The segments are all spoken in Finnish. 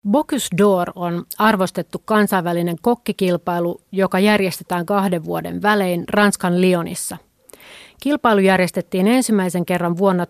Bocuse d'Or on arvostettu kansainvälinen kokkikilpailu, joka järjestetään 2 vuoden välein Ranskan Lyonissa. Kilpailu järjestettiin ensimmäisen kerran vuonna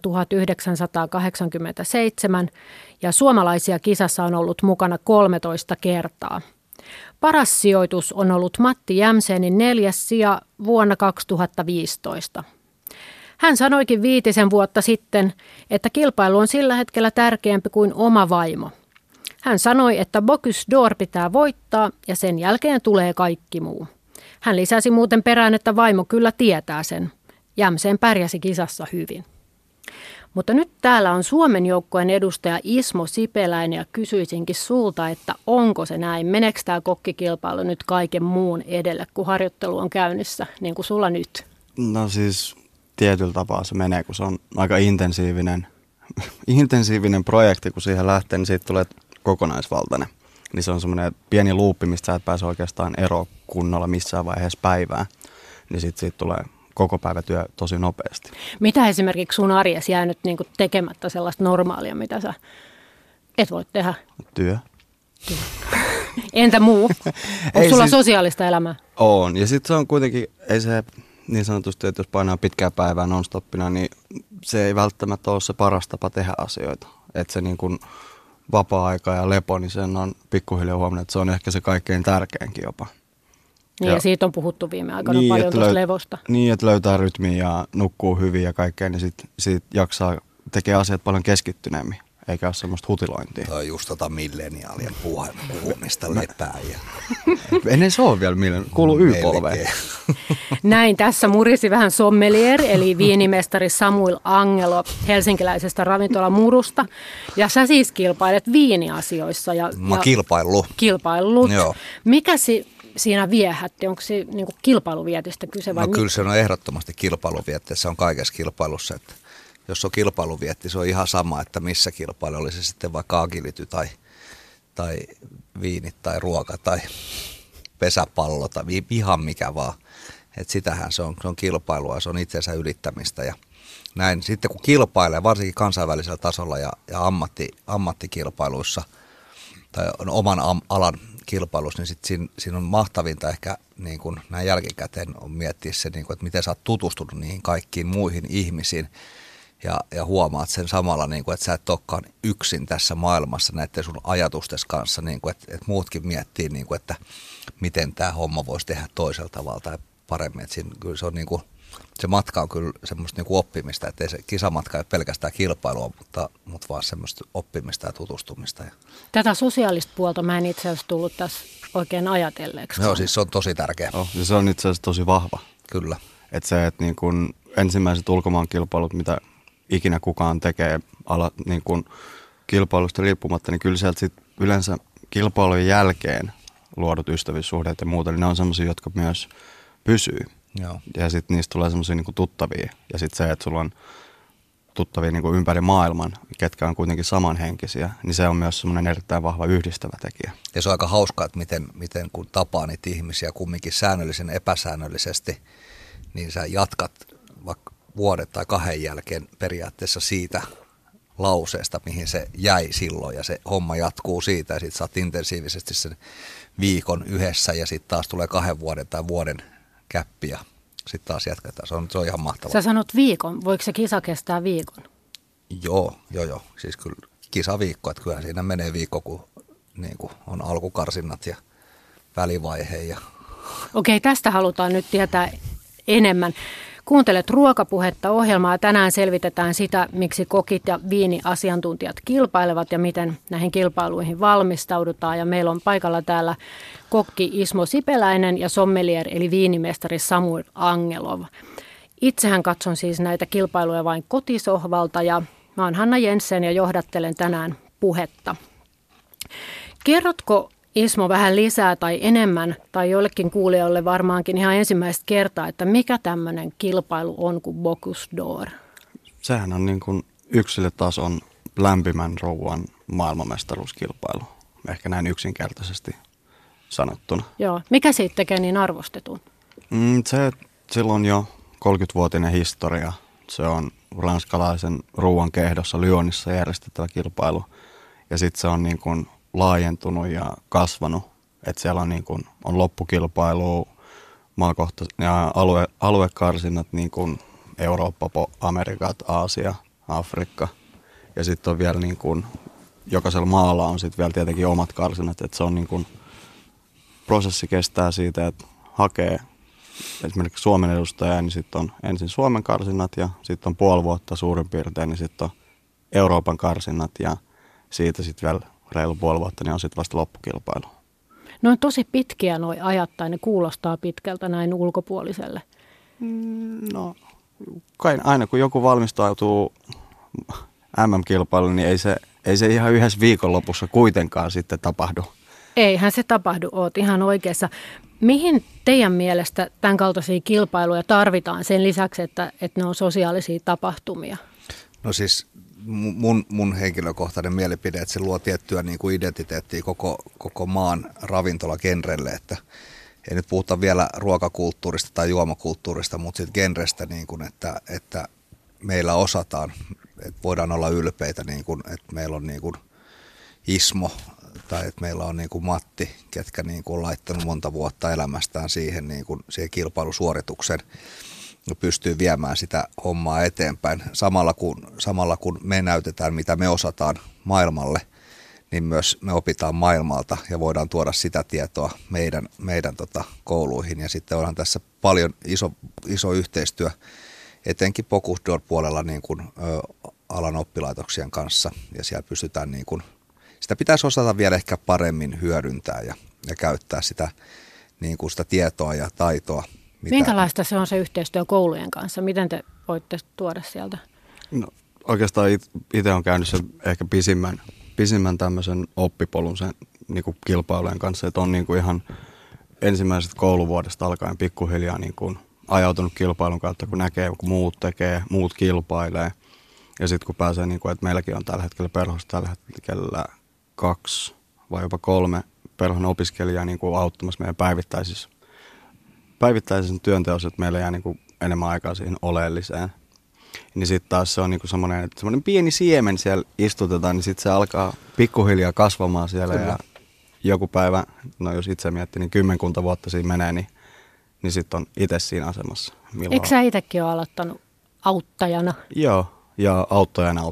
1987 ja suomalaisia kisassa on ollut mukana 13 kertaa. Paras sijoitus on ollut Matti Jämsenin 4. sija vuonna 2015. Hän sanoikin 5 vuotta sitten, että kilpailu on sillä hetkellä tärkeämpi kuin oma vaimo. Hän sanoi, että Bocuse d'Or pitää voittaa ja sen jälkeen tulee kaikki muu. Hän lisäsi muuten perään, että vaimo kyllä tietää sen. Jämseen pärjäsi kisassa hyvin. Mutta nyt täällä on Suomen joukkueen edustaja Ismo Sipeläinen ja kysyisinkin sulta, että onko se näin? Meneekö tämä kokkikilpailu nyt kaiken muun edelle, kun harjoittelu on käynnissä, niin kuin sulla nyt? No siis tietyllä tapaa se menee, kun se on aika intensiivinen projekti, kun siihen lähtee, niin siitä tulee kokonaisvaltainen. Niin se on semmoinen pieni luuppi, mistä sä et pääse oikeastaan eroon kunnolla missään vaiheessa päivää. Niin sitten siitä tulee koko päivä työ tosi nopeasti. Mitä esimerkiksi sun arjessa jää nyt niinku tekemättä sellaista normaalia, mitä sä et voi tehdä? Työ. Entä muu? Onko sulla sosiaalista elämää? On. Ja sitten se on kuitenkin, ei se niin sanotusti, että jos painaa pitkää päivää non-stoppina, niin se ei välttämättä ole se paras tapa tehdä asioita. Että se niin kuin vapaa-aika ja lepo, niin sen on pikkuhiljaa huomannut, että se on ehkä se kaikkein tärkeinkin jopa. Niin ja siitä on puhuttu viime aikoina niin, paljon tuosta levosta. Niin, että löytää rytmiä ja nukkuu hyvin ja kaikkea, niin sit jaksaa tekee asiat paljon keskittyneemmin, eikä ole semmoista hutilointia. Toi on just milleniaalien puhumista lepää. Ennen se ole vielä kuuluu Y-polveen. Näin tässä murisi vähän sommelier, eli viinimestari Samuel Angelo helsinkiläisestä ravintola Murusta. Ja sä siis kilpailet viiniasioissa. Mä kilpaillut. Joo. Mikä siinä viehätti? Onko se niin kuin kilpailuvietistä kyse vai? No kyllä se on ehdottomasti kilpailuvietti. Se on kaikessa kilpailussa. Että jos on kilpailuvietti, se on ihan sama, että missä kilpailu oli se sitten vaikka agility tai viinit tai ruoka tai pesäpallo tai ihan mikä vaan. Että sitähän se on kilpailua, se on itsensä ylittämistä ja näin. Sitten kun kilpailee, varsinkin kansainvälisellä tasolla ja ammattikilpailuissa tai on oman alan kilpailussa, niin sitten siinä on mahtavinta ehkä niin kuin näin jälkikäteen on miettiä se, niin kuin, että miten sä oot tutustunut niihin kaikkiin muihin ihmisiin ja huomaat sen samalla, niin kuin, että sä et olekaan yksin tässä maailmassa näiden sun ajatustes kanssa, niin kuin, että muutkin miettii, niin kuin, että miten tämä homma voisi tehdä toisella tavalla tai paremmin. Että siinä, kyllä se on niin kuin, se matka on kyllä semmoista niin kuin oppimista, että ei se kisamatka ei ole pelkästään kilpailua, mutta vaan semmoista oppimista ja tutustumista. Tätä sosiaalista puolta mä en itse asiassa tullut tässä oikein ajatelleeksi. Joo, siis se on tosi tärkeä. Ja se on itse asiassa tosi vahva. Kyllä. Että se, että niin kuin ensimmäiset ulkomaankilpailut, mitä ikinä kukaan tekee niin kuin kilpailusta riippumatta, niin kyllä sieltä sit yleensä kilpailujen jälkeen luodut ystävyyssuhteet ja muuta, niin ne on semmoisia, jotka myös pysyy. Joo. Ja sitten niistä tulee semmoisia niinku tuttavia. Ja sitten se, että sulla on tuttavia niinku ympäri maailman, ketkä on kuitenkin samanhenkisiä, niin se on myös semmoinen erittäin vahva yhdistävä tekijä. Ja se on aika hauskaa, että miten kun tapaa niitä ihmisiä kumminkin säännöllisen epäsäännöllisesti, niin sä jatkat vaikka vuoden tai 2 jälkeen periaatteessa siitä lauseesta, mihin se jäi silloin. Ja se homma jatkuu siitä ja sitten sä oot intensiivisesti sen viikon yhdessä ja sitten taas tulee 2 vuoden tai vuoden käppi ja sitten taas jatketaan. Se on ihan mahtavaa. Sä sanot viikon. Voiko se kisa kestää viikon? Joo. Siis kyllä kisaviikko, että kyllähän siinä menee viikko, kun niin kuin on alkukarsinnat ja välivaihe. Ja Okei, tästä halutaan nyt tietää enemmän. Kuuntelet Ruokapuhetta -ohjelmaa. Tänään selvitetään sitä, miksi kokit ja viiniasiantuntijat kilpailevat ja miten näihin kilpailuihin valmistaudutaan. Ja meillä on paikalla täällä kokki Ismo Sipeläinen ja sommelier eli viinimestari Samuel Angelov. Itsehän katson siis näitä kilpailuja vain kotisohvalta ja mä oon Hanna Jensen ja johdattelen tänään puhetta. Kerrotko Ismo vähän lisää tai enemmän, tai joillekin kuulijoille varmaankin ihan ensimmäistä kertaa, että mikä tämmöinen kilpailu on kuin Bocuse d'Or? Sehän on niin kuin yksilötason lämpimän ruoan maailmanmestaruuskilpailu, ehkä näin yksinkertaisesti sanottuna. Joo, mikä siitä tekee niin arvostetun? Sillä on jo 30-vuotinen historia. Se on ranskalaisen ruoan kehdossa Lyonissa järjestettävä kilpailu. Ja sitten se on niin kuin laajentunut ja kasvanut. Että siellä on, niin kuin, on loppukilpailu, ja aluekarsinnat, niin kuin Eurooppa, Amerikat, Aasia, Afrikka. Ja sitten on vielä niin kuin, jokaisella maalla on sitten vielä tietenkin omat karsinnat. Että se on niin kuin, prosessi kestää siitä, että hakee esimerkiksi Suomen edustajaa, niin sitten on ensin Suomen karsinnat ja sitten on puoli vuotta suurin piirtein, niin sitten on Euroopan karsinnat ja siitä sitten vielä reilu puoli vuotta, niin on sitten vasta loppukilpailu. Ne on tosi pitkiä nuo ajat, tai ne kuulostaa pitkältä näin ulkopuoliselle. No, aina kun joku valmistautuu MM-kilpailuun, niin ei se ihan yhdessä viikonlopussa kuitenkaan sitten tapahdu. Eihän se tapahdu, oot ihan oikeassa. Mihin teidän mielestä tämän kaltaisia kilpailuja tarvitaan sen lisäksi, että ne on sosiaalisia tapahtumia? No siis mun henkilökohtainen mielipide, että se luo tiettyä niin kuin identiteettiä koko maan ravintolagenrelle, että ei nyt puhuta vielä ruokakulttuurista tai juomakulttuurista, mutta sitten genrestä, niin kuin, että meillä osataan, että voidaan olla ylpeitä, niin kuin, että meillä on niin kuin Ismo tai että meillä on niin kuin Matti, ketkä niin kuin on laittanut monta vuotta elämästään siihen, niin kuin siihen kilpailusuoritukseen ja pystyy viemään sitä hommaa eteenpäin. Samalla kun me näytetään, mitä me osataan maailmalle, niin myös me opitaan maailmalta ja voidaan tuoda sitä tietoa meidän kouluihin. Ja sitten onhan tässä paljon iso yhteistyö, etenkin Bocuse d'Or-puolella niin kuin, alan oppilaitoksien kanssa. Ja siellä pystytään, niin kuin, sitä pitäisi osata vielä ehkä paremmin hyödyntää ja käyttää sitä, niin kuin sitä tietoa ja taitoa. Minkälaista se on se yhteistyö koulujen kanssa? Miten te voitte tuoda sieltä? No, oikeastaan itse olen käynyt sen ehkä pisimmän tämmöisen oppipolun sen niin kuin kilpailujen kanssa, että on niin kuin ihan ensimmäisestä kouluvuodesta alkaen pikkuhiljaa niin kuin ajautunut kilpailun kautta, kun näkee, kun muut tekee, muut kilpailee. Ja sitten kun pääsee, niin kuin, että meilläkin on tällä hetkellä perhossa tällä hetkellä 2 vai jopa 3 perhon opiskelijaa niin kuin auttamassa meidän päivittäisen työnteossa, että meillä jää niin kuin enemmän aikaa siihen oleelliseen. Niin sitten taas se on niinku semmoinen pieni siemen siellä istutetaan, niin sitten se alkaa pikkuhiljaa kasvamaan siellä. Kyllä. Ja joku päivä, no jos itse miettii, niin 10 vuotta siinä menee, niin sitten on itse siinä asemassa. Eikö sä itsekin ole aloittanut auttajana? Joo, ja auttajana.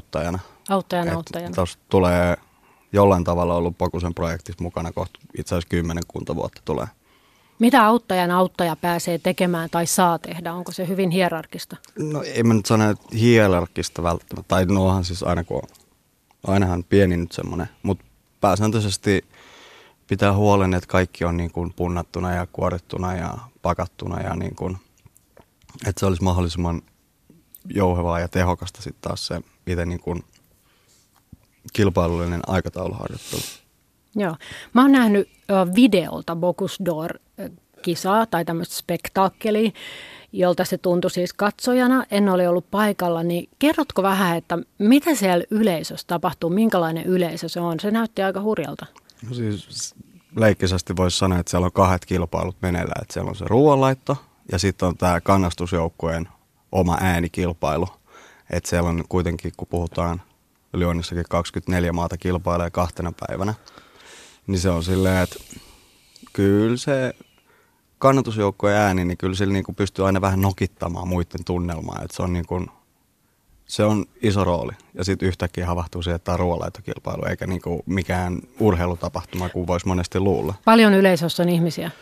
Tuossa tulee jollain tavalla ollut Bocusen projektissa mukana kohta itse asiassa 10 vuotta tulee. Mitä auttaja pääsee tekemään tai saa tehdä? Onko se hyvin hierarkista? No ei mä nyt sano, että hierarkista välttämättä. Tai nohan siis ainahan pieni nyt semmoinen. Mutta pääsääntöisesti pitää huolen, että kaikki on niin kuin punnattuna ja kuorittuna ja pakattuna. Ja niin kuin, että se olisi mahdollisimman jouhevaa ja tehokasta sitten taas se itse niin kuin kilpailullinen aikatauluharjoittelu. Joo. Mä oon nähnyt videolta Bocuse d'Or-kisaa tai tämmöistä spektaakkelia, jolta se tuntui siis katsojana. En ole ollut paikalla, niin kerrotko vähän, että mitä siellä yleisössä tapahtuu, minkälainen yleisö se on? Se näytti aika hurjalta. No siis leikkisästi voisi sanoa, että siellä on 2 kilpailut meneillään. Että siellä on se ruoanlaitto ja sitten on tämä kannastusjoukkueen oma äänikilpailu. Että siellä on kuitenkin, kun puhutaan Lyonissakin 24 maata kilpailee 2 päivänä, niin se on silleen, että kyllä se kannatusjoukkojen ääni, niin kyllä sillä niinku pystyy aina vähän nokittamaan muiden tunnelmaa. Että se on, niinku, se on iso rooli. Ja sitten yhtäkkiä havahtuu siihen, että tämä on ruoanlaittokilpailu, eikä niinku mikään urheilutapahtuma, kuin voisi monesti luulla. Paljon yleisössä on ihmisiä?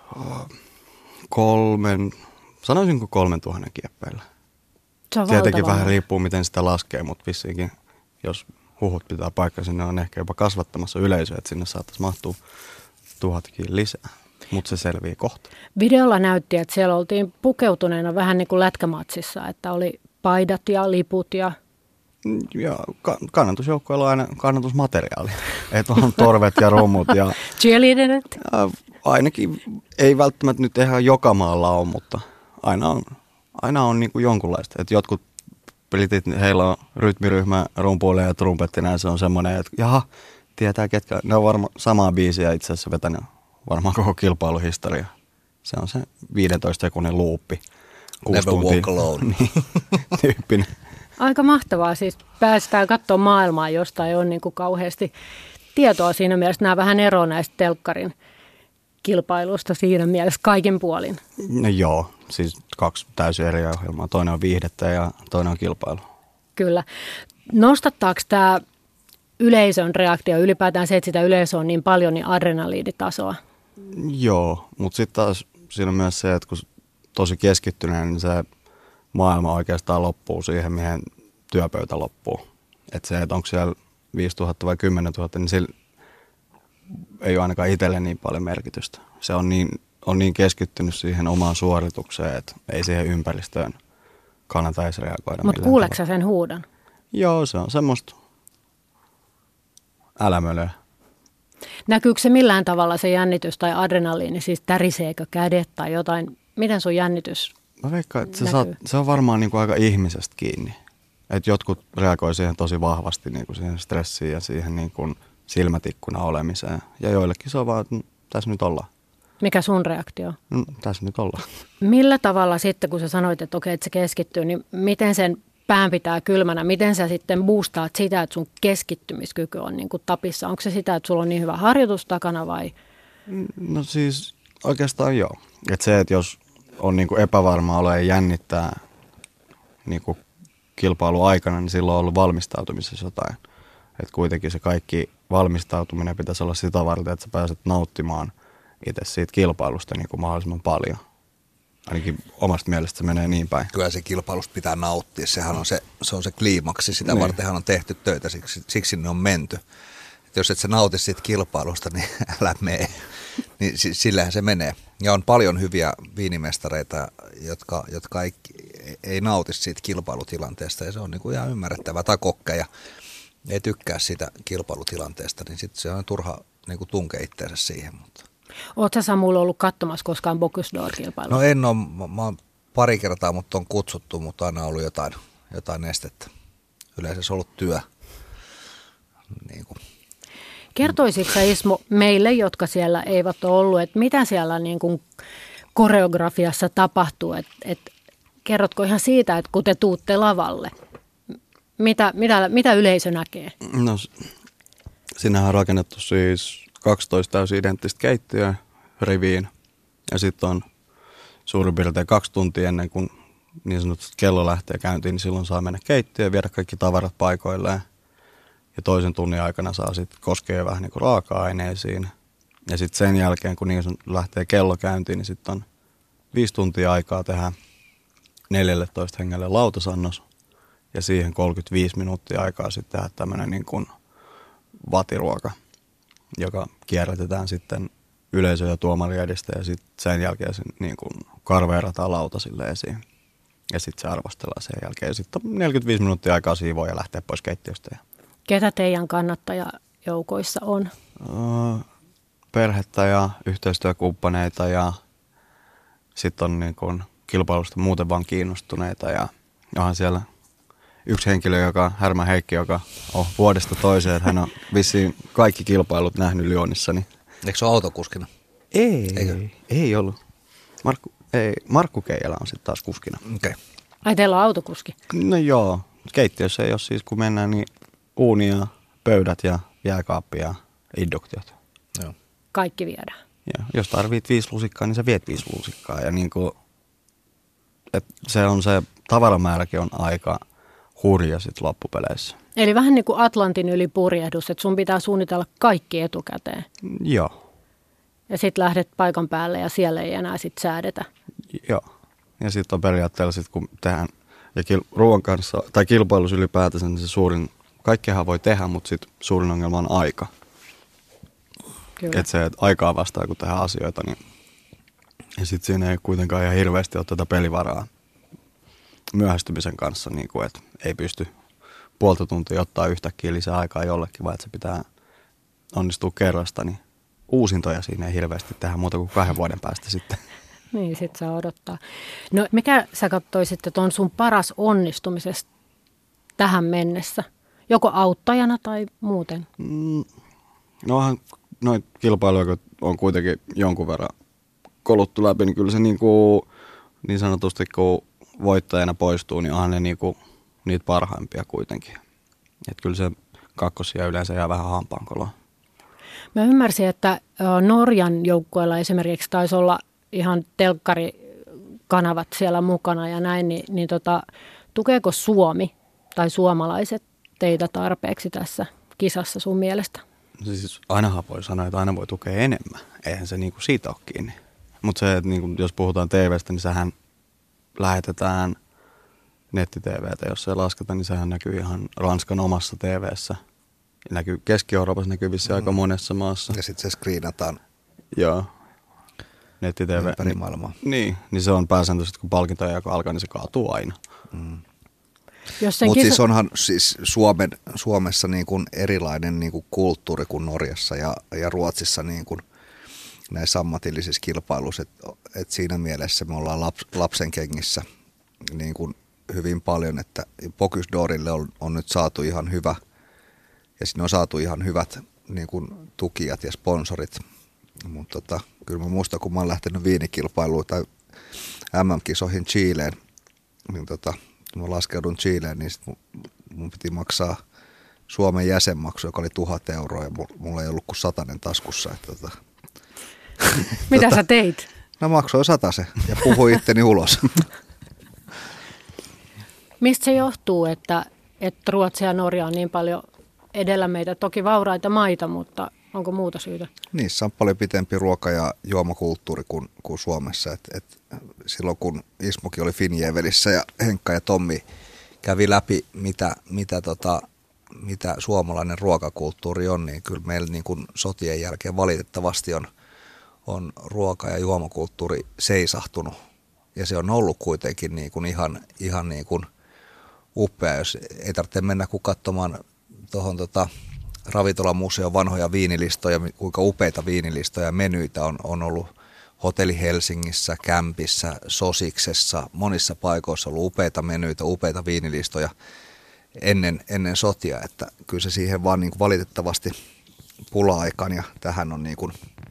Sanoisinko 3000 kieppeillä. Se on tietenkin valtavaa. vähän riippuu, miten sitä laskee, mutta vissiinkin, jos huhut pitää paikkaa, sinne on ehkä jopa kasvattamassa yleisöä, että sinne saattaisi mahtua 1000 lisää. Mutta se selvii kohta. Videolla näytti, että siellä oltiin pukeutuneena vähän niin kuin lätkämatsissa, että oli paidat ja liput ja... Ja kannatusjoukkoilla on aina kannatusmateriaali. Että on torvet ja romut ja... Cheerleaderit? Ainakin, ei välttämättä nyt ihan joka maalla ole, mutta aina on niin kuin jonkunlaista. Että jotkut britit, heillä on rytmiryhmä, rumpuilija ja trumpettina ja se on semmoinen, että jaha, tietää ketkä. Ne on varmaan samaa biisiä itse asiassa vetänyt varmaan koko kilpailuhistoria. Se on se 15 sekunnin luuppi. Never walk alone. Niin, tyyppinen. Aika mahtavaa. Siis päästään katsomaan maailmaa, josta ei ole niin kuin kauheasti tietoa siinä mielessä. Nämä vähän eroa näistä telkkarin kilpailusta siinä mielessä kaikin puolin. No joo, siis 2 täysin eri ohjelmaa. Toinen on viihdettä ja toinen on kilpailu. Kyllä. Nostattaako tämä yleisön reaktio, ylipäätään se, että sitä yleisöä on niin paljon, niin adrenaliinitasoa? Joo, mutta sitten taas siinä on myös se, että kun tosi keskittyneen, niin se maailma oikeastaan loppuu siihen, mihin työpöytä loppuu. Että se, että onko siellä 5000 vai 10 000, niin sillä ei ole ainakaan itselle niin paljon merkitystä. Se on niin keskittynyt siihen omaan suoritukseen, että ei siihen ympäristöön kannata edes reagoida. Mutta kuuleeko sä sen huudon? Joo, se on semmoista älämölöä. Näkyykö se millään tavalla se jännitys tai adrenaliini, siis täriseekö kädet tai jotain? Miten sun jännitys Mä veikkaan, että näkyy? se on varmaan niin kuin aika ihmisestä kiinni. Että jotkut reagoi siihen tosi vahvasti niin kuin siihen stressiin ja siihen niin kuin silmätikkuna olemiseen. Ja joillekin se on vaan, että tässä nyt ollaan. Mikä sun reaktio? Tässä nyt ollaan. Millä tavalla sitten, kun sä sanoit, että okei, että se keskittyy, niin miten sen pään pitää kylmänä? Miten sä sitten boostaat sitä, että sun keskittymiskyky on niin kuin tapissa? Onko se sitä, että sulla on niin hyvä harjoitus takana vai? No siis oikeastaan joo. Että se, että jos on niin kuin epävarma olo ja jännittää niin kuin kilpailu aikana, niin silloin on ollut valmistautumisessa jotain. Että kuitenkin se kaikki valmistautuminen pitäisi olla sitä varten, että sä pääset nauttimaan itse siitä kilpailusta niin kuin mahdollisimman paljon. Ainakin omasta mielestä se menee niin päin. Kyllä se kilpailusta pitää nauttia. Sehän on se kliimaksi. Sitä vartenhan on tehty töitä, siksi ne on menty. Et jos et sä nauti siitä kilpailusta, niin älä mene. Niin sillähän se menee. Ja on paljon hyviä viinimestareita, jotka ei nauti siitä kilpailutilanteesta. Ja se on niinku ihan ymmärrettävää. Tai kokkeja ei tykkää siitä kilpailutilanteesta, niin sitten se on turha niinku tunkea itseensä siihen. Mutta. Oletko sä Samuel ollut katsomassa koskaan Bocuse d'Or-kilpailua? No en ole. Mä oon pari kertaa, mutta on kutsuttu, mutta aina on ollut jotain estettä. Yleensä se on ollut työ. Niin kuin. Kertoisitko sä, Ismo, meille, jotka siellä eivät ole ollut, että mitä siellä niin kuin koreografiassa tapahtuu? Kerrotko ihan siitä, että kun te tuutte lavalle, mitä yleisö näkee? No, sinähän on rakennettu siis 12 täysin identtistä keittiöä riviin. Ja sitten on suurin piirtein 2 tuntia ennen kuin niin sanotusti kello lähtee käyntiin, niin silloin saa mennä keittiöön ja viedä kaikki tavarat paikoilleen. Ja toisen tunnin aikana saa sitten koskea vähän niin kuin raaka-aineisiin. Ja sitten sen jälkeen, kun niin lähtee kello käyntiin, niin sitten on 5 tuntia aikaa tehdä 14 hengelle lautasannos. Ja siihen 35 minuuttia aikaa sitten tehdä tämmöinen niin kuin vatiruoka, joka kierrätetään sitten yleisö- ja tuomari edestä. Ja sitten sen jälkeen se niin kuin karveerataan lautasille esiin. Ja sitten se arvostellaan sen jälkeen. Ja sitten on 45 minuuttia aikaa siivoa ja lähteä pois keittiöstä. Ketä teidän kannattajajoukoissa on? Perhettä ja yhteistyökumppaneita ja sitten on niin kuin kilpailusta muuten vaan kiinnostuneita. Ja onhan siellä yksi henkilö, Härmä Heikki, joka on vuodesta toiseen, että hän on vissiin kaikki kilpailut nähnyt Lyonissa. Niin. Eikö se ole autokuskina? Ei ollut. Markku Keijälä on sitten taas kuskina. Okay. Ai teillä on autokuski? No joo, keittiössä ei ole siis kun mennään niin uuni ja pöydät ja jääkaappi ja induktiot. Joo. Kaikki viedään. Ja jos tarvit 5 lusikkaa, niin sä viet 5 lusikkaa. Ja niin kuin, se tavaramääräkin on aika hurja sit loppupeleissä. Eli vähän niin kuin Atlantin yli purjehdus, että sun pitää suunnitella kaikki etukäteen. Joo. Ja sitten lähdet paikan päälle ja siellä ei enää sitten säädetä. Joo. Ja sitten on periaatteessa, kun tehdään ja ruoan kanssa, tai kilpailussa ylipäätänsä, niin se suurin, kaikkeahan voi tehdä, mutta sitten suurin ongelma on aika. Että se, että aikaa vastaa, kun tehdään asioita, niin ja sitten siinä ei kuitenkaan ihan hirveästi ole tätä pelivaraa myöhästymisen kanssa, niin kuin, että ei pysty puolta tuntia ottaa yhtäkkiä lisää aikaa jollekin, vaan että se pitää onnistua kerrasta, niin uusintoja siinä ei hirveästi tehdä muuta kuin 2 vuoden päästä sitten. Niin, sit saa odottaa. No mikä sä katsoisit, että on sun paras onnistumisesta tähän mennessä? Joko auttajana tai muuten? Nohan noita kilpailuja, kun on kuitenkin jonkun verran koluttu läpi, niin kyllä se niin sanotusti, kun voittajana poistuu, niin onhan ne niitä parhaimpia kuitenkin. Että kyllä se kakkosia yleensä jää vähän hampaankoloa. Mä ymmärsin, että Norjan joukkueella esimerkiksi taisi olla ihan telkkarikanavat siellä mukana ja näin, niin tukeeko Suomi tai suomalaiset teitä tarpeeksi tässä kisassa sun mielestä? Siis ainahan voi sanoa, että aina voi tukea enemmän. Eihän se niinku siitä ole kiinni. Mutta se, että niinku, jos puhutaan TV:stä, niin sehän lähetetään netti-TV:tä. Jos se lasketa, niin sehän näkyy ihan Ranskan omassa TV:ssä. Näkyy Keski-Euroopassa, näkyy vissiin aika monessa maassa. Ja sitten se screenataan. Joo. Netti-TV. Ympäri maailmaa. Niin se on pääsääntöisesti, kun palkintoja jako alkaa, niin se kaatuu aina. Mutta siis onhan siis Suomessa niin kuin erilainen niin kuin kulttuuri kuin Norjassa ja Ruotsissa niin kuin näissä ammatillisissa kilpailuissa, että siinä mielessä me ollaan lapsen kengissä niin kuin hyvin paljon, että Bocuse d'Orille on nyt saatu ihan hyvä ja sinne on saatu ihan hyvät niin kuin tukijat ja sponsorit, mutta kyllä mä muistan, kun mä oon lähtenyt viinikilpailuun tai MM-kisoihin Chileen, niin kun mä laskeudun Chileen, niin sit mun piti maksaa Suomen jäsenmaksu, joka oli 1,000 euroa ja mulla ei ollut kuin 100 taskussa. Mitä sä teit? No maksoin 100 ja puhuin itteni ulos. Mistä se johtuu, että Ruotsi ja Norja on niin paljon edellä meitä? Toki vauraita maita, mutta onko muuta syytä? Niissä on paljon pitempi ruoka- ja juomakulttuuri kuin Suomessa. Et silloin kun Ismokin oli Finjevelissä ja Henkka ja Tommi kävi läpi, mitä suomalainen ruokakulttuuri on, niin kyllä meillä niin kuin sotien jälkeen valitettavasti on ruoka- ja juomakulttuuri seisahtunut. Ja se on ollut kuitenkin niin kuin ihan niin kuin upea, jos ei tarvitse mennä kuin katsomaan tuohon ravintolamuseon vanhoja viinilistoja, kuinka upeita viinilistoja ja menyitä on ollut Hotelli Helsingissä, Kämpissä, Sosiksessa, monissa paikoissa on ollut upeita menyitä, upeita viinilistoja ennen sotia, että kyllä se siihen vaan niin kuin valitettavasti pula-aikaan ja tähän on niin kuin,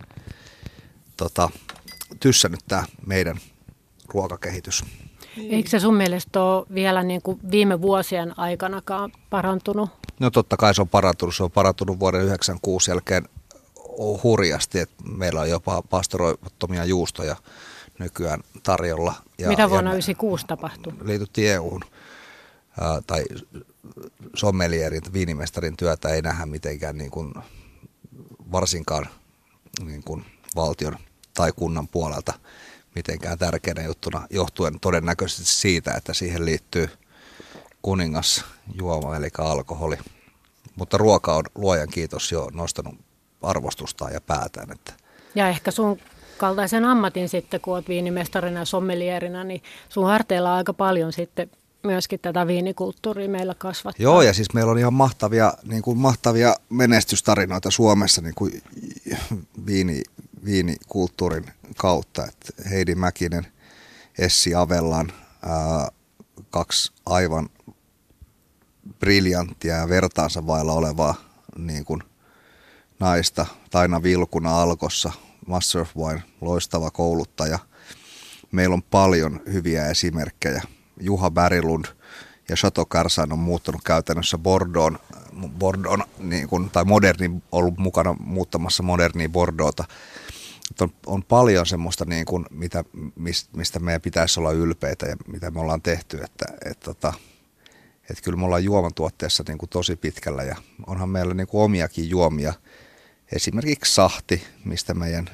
tyssännyt tämä meidän ruokakehitys. Eikö se sun mielestä ole vielä niin kuin viime vuosien aikanakaan parantunut? No totta kai se on parantunut. Se on parantunut vuoden 1996 jälkeen hurjasti, että meillä on jopa pastoroimattomia juustoja nykyään tarjolla. Mitä vuonna 1996 tapahtui? Liityttiin EU:hun. Tai sommelierin, viinimestarin työtä ei nähdä mitenkään niin kuin, varsinkaan niin kuin valtion tai kunnan puolelta mitenkään tärkeänä juttuna, johtuen todennäköisesti siitä, että siihen liittyy kuningasjuoma, eli alkoholi. Mutta ruoka on luojan kiitos jo nostanut arvostustaan ja päätään. Että. Ja ehkä sun kaltaisen ammatin sitten, kun olet viinimestarina ja sommelierina, niin sun harteilla on aika paljon sitten myöskin tätä viinikulttuuria meillä kasvattaa. Joo, ja siis meillä on ihan mahtavia menestystarinoita Suomessa niin kuin viinikulttuurin kautta. Että Heidi Mäkinen, Essi Avellan, kaksi aivan briljanttia ja vertaansa vailla olevaa niin kuin naista. Taina Vilkuna Alkossa, Master of Wine, loistava kouluttaja. Meillä on paljon hyviä esimerkkejä. Juha Berglund ja Chateau Carsan on muuttanut käytännössä Bordeaux niin kuin, tai ollut mukana muuttamassa modernia Bordeauxta. On paljon semmoista, niin kuin, mistä meidän pitäisi olla ylpeitä ja mitä me ollaan tehty, että kyllä me ollaan juomatuotteessa niin kuin tosi pitkällä ja onhan meillä niin kuin omiakin juomia. Esimerkiksi sahti, mistä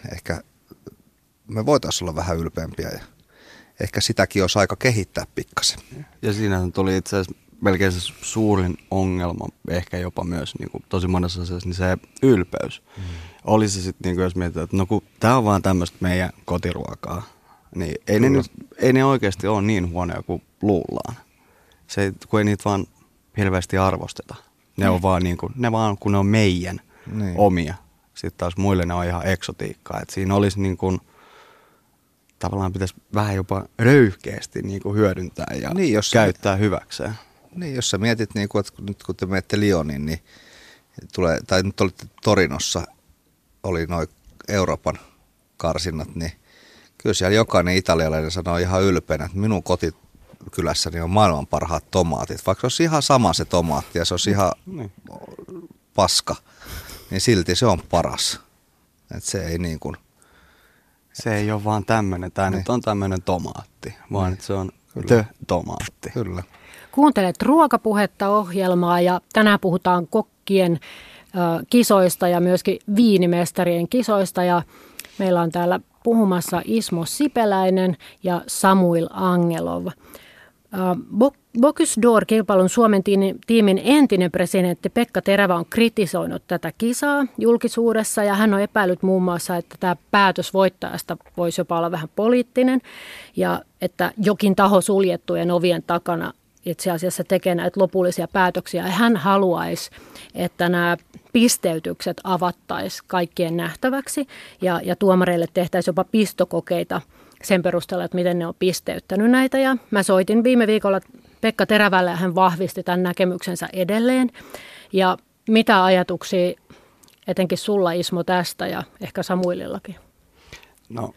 me voitaisiin olla vähän ylpeämpiä ja ehkä sitäkin olisi aika kehittää pikkasen. Ja siinä tuli itse asiassa melkein se suurin ongelma, ehkä jopa myös niin kuin tosi monessa asiassa, niin se ylpeys. Oli se sitten, niin jos mietitään, että no kun tämä on vaan tämmöistä meidän kotiruokaa, niin ei ne oikeasti ole niin huonoja kuin luullaan. Se, kun ei niitä vaan hirveästi arvosteta. Ne on vaan niin kuin, kun ne on meidän omia. Sitten taas muille ne on ihan eksotiikkaa. Et siinä olisi niin kuin, tavallaan pitäisi vähän jopa röyhkeästi niin kuin hyödyntää ja käyttää hyväkseen. Niin, jos sä mietit, niin kuin, että nyt kun te menette Lyoniin, niin tai nyt olitte Torinossa, oli noin Euroopan karsinnat, niin kyllä siellä jokainen italialainen sanoo ihan ylpeänä, että minun kotikylässäni on maailman parhaat tomaatit. Vaikka se olisi ihan sama se tomaatti ja se olisi ihan paska, niin silti se on paras. Et se ei niin kuin... Se ei ole vaan tämmöinen, tämä nyt on tämmöinen tomaatti, vaan että se on tomaatti. Kyllä. Kuuntelet Ruokapuhetta -ohjelmaa ja tänään puhutaan kokkien kisoista ja myöskin viinimestarien kisoista ja meillä on täällä puhumassa Ismo Sipeläinen ja Samuil Angelov. Bocuse d'Or-kilpailun Suomen tiimin entinen presidentti Pekka Terävä on kritisoinut tätä kisaa julkisuudessa ja hän on epäillyt muun muassa, että tämä päätös voittajasta voisi jopa olla vähän poliittinen ja että jokin taho suljettujen ovien takana itse asiassa tekee näitä lopullisia päätöksiä. Hän haluaisi, että nämä pisteytykset avattaisiin kaikkien nähtäväksi ja tuomareille tehtäisiin jopa pistokokeita sen perusteella, että miten ne on pisteyttänyt näitä. Ja mä soitin viime viikolla Pekka Terävälle ja hän vahvisti tämän näkemyksensä edelleen. Ja mitä ajatuksia etenkin sulla, Ismo, tästä ja ehkä Samuilillakin? No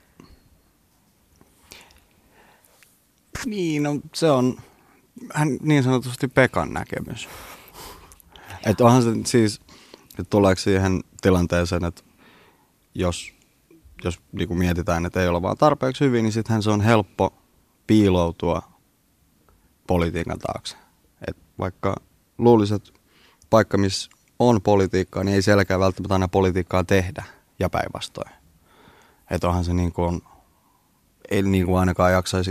se on hän niin sanotusti Pekan näkemys. Että onhan se siis, että tuleeko siihen tilanteeseen, että jos niin kuin mietitään, että ei ole vaan tarpeeksi hyvin, niin sittenhän se on helppo piiloutua politiikan taakse. Et vaikka luulisit, että paikka, missä on politiikkaa, niin ei sielläkään välttämättä aina politiikkaa tehdä ja päinvastoin. Että onhan se niin kuin, ei niin kuin ainakaan jaksaisi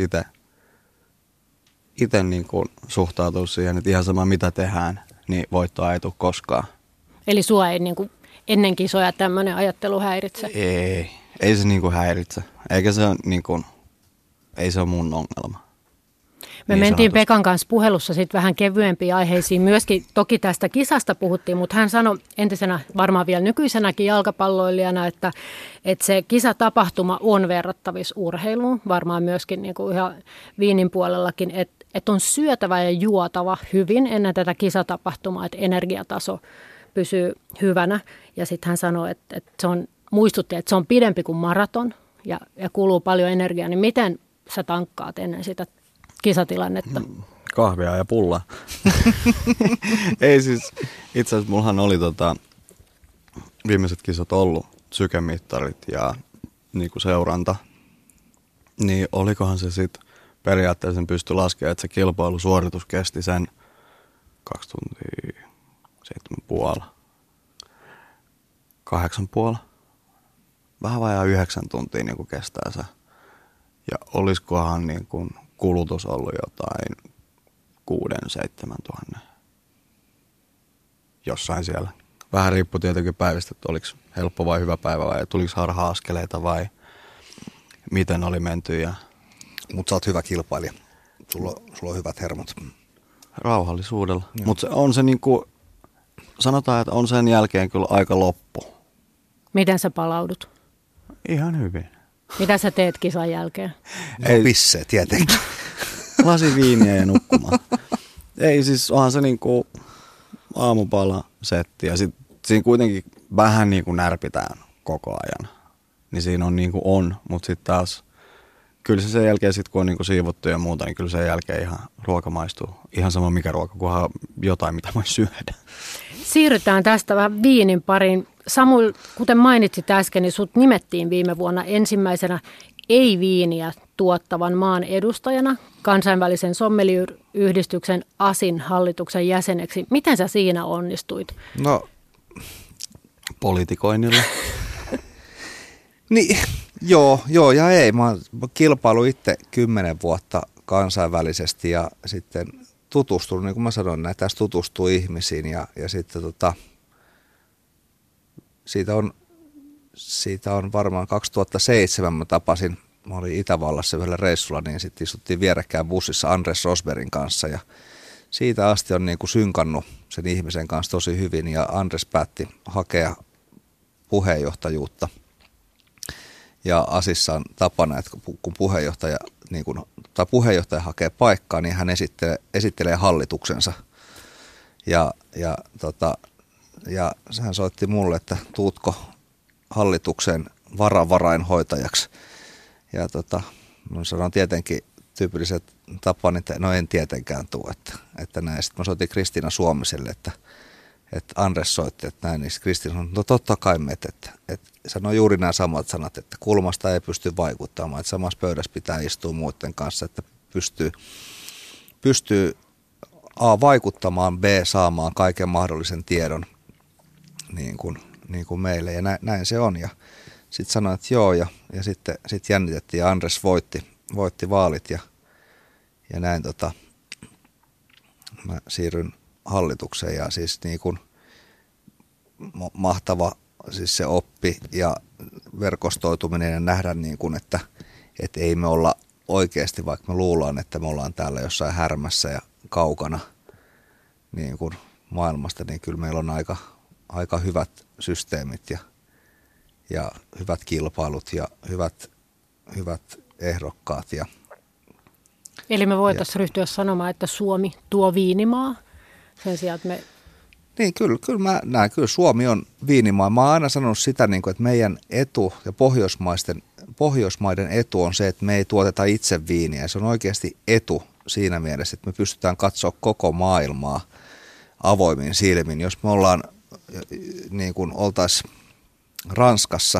itse niin kuin suhtautua siihen, että ihan sama mitä tehdään, niin voittoa ei tule koskaan. Eli sua ei niin kuin ennen kisoja tämmöinen ajattelu häiritse? Ei se niin kuin häiritse. Eikä se niin kuin, ei se ole mun ongelma. Me mentiin Pekan kanssa puhelussa sitten vähän kevyempiin aiheisiin. Myöskin toki tästä kisasta puhuttiin, mutta hän sanoi entisenä, varmaan vielä nykyisenäkin jalkapalloilijana, että se kisatapahtuma on verrattavissa urheiluun. Varmaan myöskin niin kuin ihan viinin puolellakin, että on syötävä ja juotava hyvin ennen tätä kisatapahtumaa, että energiataso pysyy hyvänä. Ja sitten hän sanoi, että se on, muistutti, että se on pidempi kuin maraton ja kuluu paljon energiaa. Niin miten sä tankkaat ennen sitä kisatilannetta? Kahvia ja pullaa. Ei siis, itse asiassa mullahan oli viimeiset kisat ollut sykemittarit ja niinku seuranta. Niin olikohan se sitten periaatteessa sen pystyi laskemaan, että se kilpailusuoritus kesti sen 2 tuntia 7,5. 8,5. Vähän vajaa 9 tuntia niin kuin kestää se. Ja olisikohan niin kuin kulutus ollut jotain 6-7 tuhannen. Jossain siellä. Vähän riippuu tietenkin päivästä, että oliko helppo vai hyvä päivä vai tuliko harha-askeleita vai miten oli menty. Mutta sä oot hyvä kilpailija. Sulla on hyvät hermot. Rauhallisuudella. Mutta on se niinku, sanotaan, että on sen jälkeen kyllä aika loppu. Miten sä palaudut? Ihan hyvin. Mitä sä teet kisan jälkeen? Ei pissee tietenkin. Lasi viiniä ja nukkumaan. Ei siis, onhan se niinku aamupala setti ja sit siinä kuitenkin vähän niinku närpitään koko ajan. Niin siinä on niinku mutta sitten taas kyllä se sen jälkeen sit kun on niinku siivottu ja muuta, niin kyllä sen jälkeen ihan ruoka maistuu. Ihan sama mikä ruoka, kunhan jotain mitä voi syödä. Siirrytään tästä vähän viinin pariin. Samuil, kuten mainitsit äsken, niin sut nimettiin viime vuonna ensimmäisenä ei-viiniä tuottavan maan edustajana kansainvälisen sommeliyhdistyksen ASIN hallituksen jäseneksi. Miten sä siinä onnistuit? No, politikoinnilla. Niin, joo ja ei. Mä kilpailu itse 10 vuotta kansainvälisesti ja sitten tutustunut, niin kuin mä sanoin, tässä tutustuu ihmisiin ja sitten siitä on varmaan 2007 mä olin Itävallassa yhdellä reissulla, niin sitten istuttiin vierekkäin bussissa Andres Rosbergin kanssa ja siitä asti on niin kuin synkannut sen ihmisen kanssa tosi hyvin ja Andres päätti hakea puheenjohtajuutta. Ja ASissa on tapana, että kun puheenjohtaja hakee paikkaa, niin hän esittelee hallituksensa. Ja hän soitti mulle, että tuutko hallituksen varavarainhoitajaksi. Ja mä sanoin tietenkin tyypilliset tapaan, että no en tietenkään tule, että näin. Sitten mä soitin Kristiina Suomiselle, että että Andres soitti, että näin, niin Kristiina sanoi, no totta kai että sanoi juuri nämä samat sanat, että kulmasta ei pysty vaikuttamaan, että samassa pöydässä pitää istua muiden kanssa, että pystyy A vaikuttamaan, B saamaan kaiken mahdollisen tiedon niin kuin meille ja näin se on ja sitten sanoin, että joo ja sitten jännitettiin ja Andres voitti vaalit ja näin mä siirryn hallitukseen ja siis niin kuin mahtava siis se oppi ja verkostoituminen ja nähdä niin kuin, että ei me olla oikeasti, vaikka me luullaan, että me ollaan täällä jossain härmässä ja kaukana niin kuin maailmasta, niin kyllä meillä on aika hyvät systeemit ja hyvät kilpailut ja hyvät ehdokkaat. Eli me voitaisiin ryhtyä sanomaan, että Suomi tuo viinimaa sen sijaan, että me... Niin, kyllä mä näen, kyllä Suomi on viinimaa. Mä oon aina sanonut sitä, että meidän etu ja Pohjoismaiden etu on se, että me ei tuoteta itse viiniä. Se on oikeasti etu siinä mielessä, että me pystytään katsoa koko maailmaa avoimin silmin. Jos me ollaan niin kuin oltaisiin Ranskassa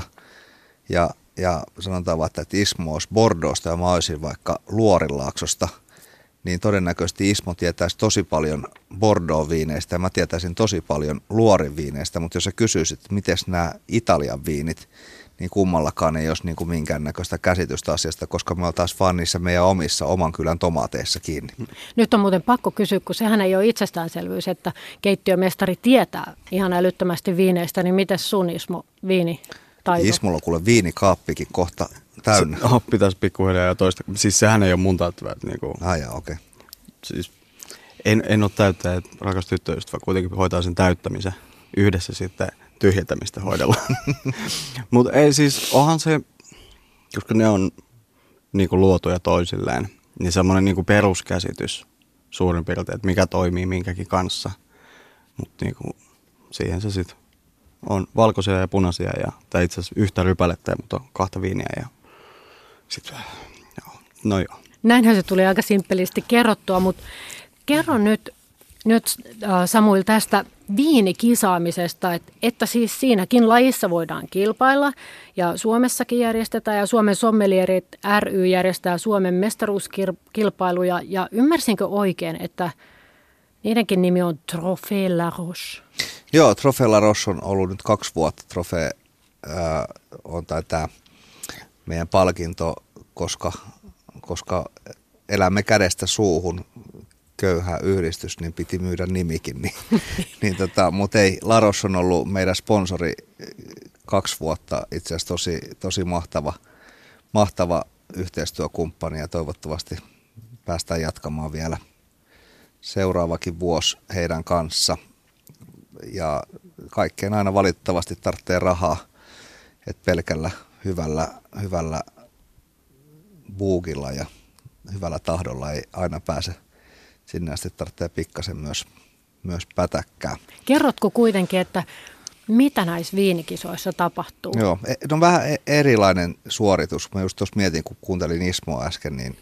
ja sanotaan vaikka, että Ismo olisi Bordeauxsta ja mä olisin vaikka Luorinlaaksosta, niin todennäköisesti Ismo tietäisi tosi paljon Bordeaux-viineistä ja mä tietäisin tosi paljon Luorin viineistä, mutta jos sä kysyisit, että miten nämä Italian viinit, niin kummallakaan ei olisi niin kuin minkäännäköistä käsitystä asiasta, koska me oltaisiin vaan niissä meidän omissa oman kylän tomaateissa kiinni. Nyt on muuten pakko kysyä, kun sehän ei ole itsestäänselvyys, että keittiömestari tietää ihan älyttömästi viineistä, niin miten sun Ismo viinitaito? Ismolla on kuule viinikaappikin kohta täynnä. Pitäisi pikkuhiljaa ja toista. Siis sehän ei ole mun täyttävää. Niin okei. Okay. Siis en ole täyttäjä, että rakas tyttöystävä kuitenkin hoitaa sen täyttämisen yhdessä sitten tyhjentämistä hoidellaan. Mutta ei siis, onhan se, koska ne on niinku luotuja toisilleen, niin semmoinen niinku peruskäsitys suurin piirtein, että mikä toimii minkäkin kanssa. Mutta niinku, siihen se sitten on valkoisia ja punaisia, tai itse asiassa yhtä rypälettä, mutta on 2 viiniä ja sitten, no joo. Näinhän se tuli aika simppelisti kerrottua, mutta kerro nyt Samuil tästä viinikisaamisesta, että siis siinäkin lajissa voidaan kilpailla ja Suomessakin järjestetään ja Suomen Sommelierit ry järjestää Suomen mestaruuskilpailuja ja ymmärsinkö oikein, että niidenkin nimi on Trophée La Roche? Joo, Trophée La Roche on ollut nyt 2 vuotta. Trophée on tämä meidän palkinto, koska elämme kädestä suuhun, köyhä yhdistys, niin piti myydä nimikin. Mutta ei, La Roche on ollut meidän sponsori 2 vuotta, itse asiassa tosi mahtava yhteistyökumppani ja toivottavasti päästään jatkamaan vielä seuraavakin vuosi heidän kanssa. Ja kaikkeen aina valitettavasti tarvitsee rahaa, että pelkällä hyvällä buugilla ja hyvällä tahdolla ei aina pääse sinne asti, tarvitsee pikkasen myös pätäkkää. Kerrotko kuitenkin, että mitä näissä viinikisoissa tapahtuu? Joo, no vähän erilainen suoritus. Mä just tuossa mietin, kun kuuntelin Ismoa äsken, niin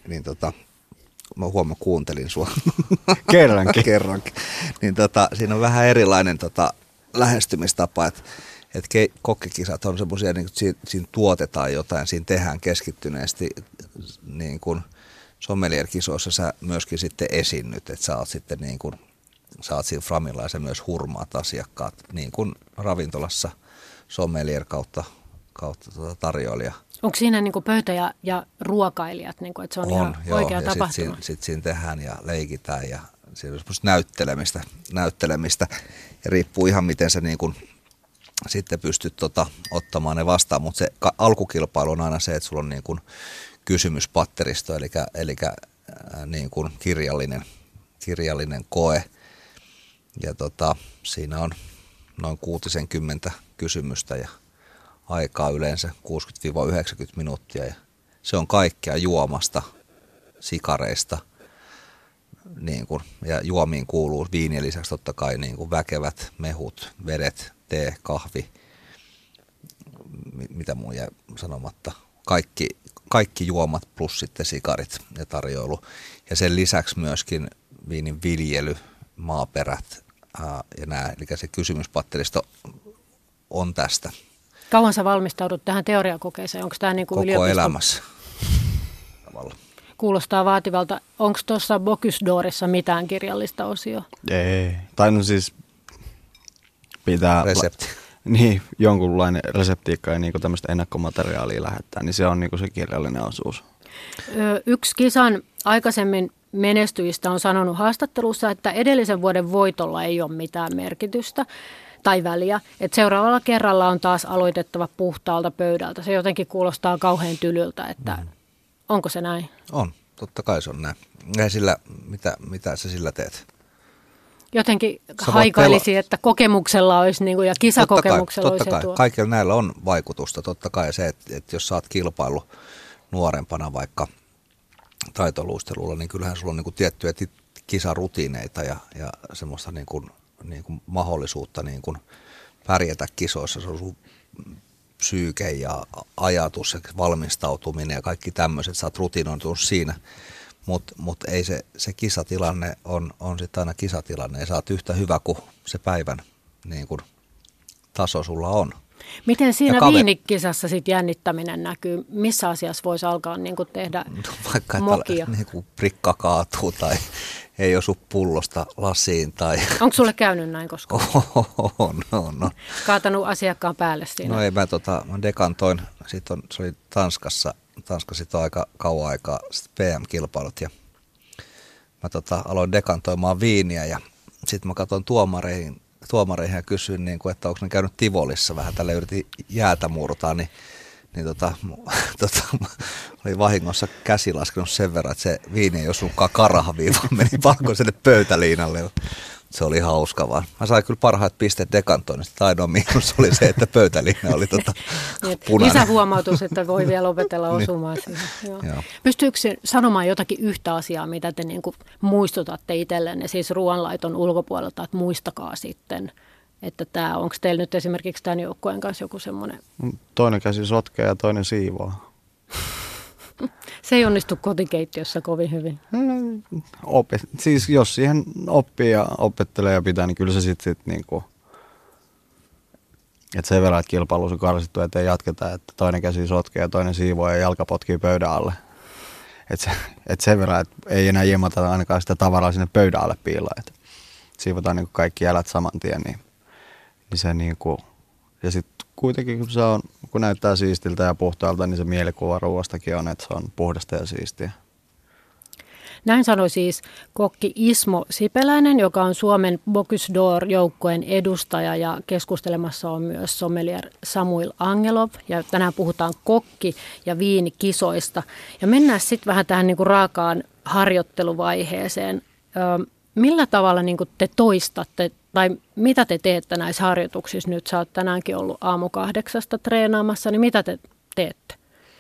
mä kuuntelin sua. Kerrankin. Niin siinä on vähän erilainen lähestymistapa, että kokkikisat on semmoisia, niin siinä tuotetaan jotain, siinä tehdään keskittyneesti, niin kuin sommelier-kisoissa sä myöskin sitten esiinnyt, että sä oot sitten niin kuin, sä oot siinä framilla ja sä myös hurmaat asiakkaat, niin kuin ravintolassa sommelier kautta tarjoilija. Onko siinä niin kuin pöytä ja ruokailijat, niin kuin, että se on ihan joo, oikea tapahtuma? Sitten siinä tehdään ja leikitään ja siinä on semmoista näyttelemistä ja riippuu ihan miten sä niin kuin sitten pystyt ottamaan ne vastaan, mutta se alkukilpailu on aina se, että sulla on niin kuin kysymyspatteristo, eli niin kuin kirjallinen koe ja siinä on noin 60 kysymystä ja aikaa yleensä 60-90 minuuttia ja se on kaikkea juomasta, sikareista niin kuin, ja juomiin kuuluu viinien lisäksi totta kai niin kuin väkevät mehut, vedet, tee, kahvi, mitä muu jää sanomatta, kaikki juomat plus sitten sikarit ja tarjoilu ja sen lisäksi myöskin viinin viljely, maaperät, ja nämä, eli se kysymyspatteristo on tästä. Kauan sä valmistaudut tähän teoriakokeeseen? Onko tämä niin kuin Koko elämässä tavalla. Kuulostaa vaativalta. Onko tuossa Bocuse d'Orissa mitään kirjallista osioa? Ei. Tai no siis pitää... Resepti. Niin, jonkunlainen reseptiikka ja niin tämmöistä ennakkomateriaalia lähettää, niin se on niin se kirjallinen osuus. Yksi kisan aikaisemmin menestyjistä on sanonut haastattelussa, että edellisen vuoden voitolla ei ole mitään merkitystä tai väliä. Että seuraavalla kerralla on taas aloitettava puhtaalta pöydältä. Se jotenkin kuulostaa kauhean tylyltä, että onko se näin? On, totta kai se on näin. Ja sillä, mitä sä sillä teet? Jotenkin haikailisi, että kokemuksella olisi niin kuin, ja kisakokemuksella totta kai. Tuo. Kaikilla näillä on vaikutusta. Totta kai se, että jos sä oot kilpailu nuorempana vaikka taitoluistelulla, niin kyllähän sulla on niin kuin tiettyjä kisarutiineita ja semmoista niin kuin mahdollisuutta niin kuin pärjätä kisoissa. Se on sun psyyke ja ajatus ja valmistautuminen ja kaikki tämmöiset. Sä oot rutinoitunut siinä. Mutta ei se kisatilanne on sitten aina kisatilanne ja sä oot yhtä hyvä kuin se päivän niin kun taso sulla on. Miten siinä viinikisassa sitten jännittäminen näkyy? Missä asiassa voisi alkaa niin kun tehdä vaikka mokia? Niin kuin prikka kaatuu tai ei osu pullosta lasiin. Tai... Onko sulle käynyt näin koskaan? On. Kaatanut asiakkaan päälle siinä? No ei, mä dekantoin, se oli Tanskassa sitten aika kauan aikaa PM-kilpailut ja mä aloin dekantoimaan viiniä ja sitten mä katsoin tuomareihin ja kysyin, niin kuin, että onko ne käynyt Tivolissa vähän, tällä yritin jäätä murtaa, niin oli vahingossa käsi laskenut sen verran, että se viini ei osunutkaan karahaviin, vaan meni valkoiselle pöytäliinalle. Se oli hauska vaan. Mä sain kyllä parhaat pisteet dekantoinnista. Ainoa miinus oli se, että pöytäliina oli punainen. Lisähuomautus, että voi vielä opetella osumaan siihen. Joo. Pystyykö sanomaan jotakin yhtä asiaa, mitä te niin kuin muistutatte itsellenne, siis ruoanlaiton ulkopuolelta, että muistakaa sitten, että onko teillä nyt esimerkiksi tämän joukkueen kanssa joku semmoinen? Toinen käsi sotkee ja toinen siivoaa. Se ei onnistu kotikeittiössä kovin hyvin. Siis jos siihen oppii ja opettelee ja pitää, niin kyllä se sitten niinku, että sen verran, että kilpailuus on karsittu, että ei jatketa, että toinen käsi sotkee ja toinen siivoo ja jalka potkii pöydän alle. Että sen verran, että ei enää jemata ainakaan sitä tavaraa sinne pöydän alle piiloon, että siivotaan niinku kaikki jälät saman tien, niin se niinku, ja sitten kuitenkin kun näyttää siistiltä ja puhtaalta, niin se mielikuva ruoastakin on, että se on puhdasta ja siistiä. Näin sanoi siis kokki Ismo Sipeläinen, joka on Suomen Bocuse d'Or-joukkueen edustaja ja keskustelemassa on myös sommelier Samuel Angelov. Ja tänään puhutaan kokki- ja viinikisoista. Ja mennään sitten vähän tähän niinku raakaan harjoitteluvaiheeseen. Millä tavalla niinku te toistatte tai mitä te teette näissä harjoituksissa? Nyt sä oot tänäänkin ollut 8:00 treenaamassa, niin mitä te teette?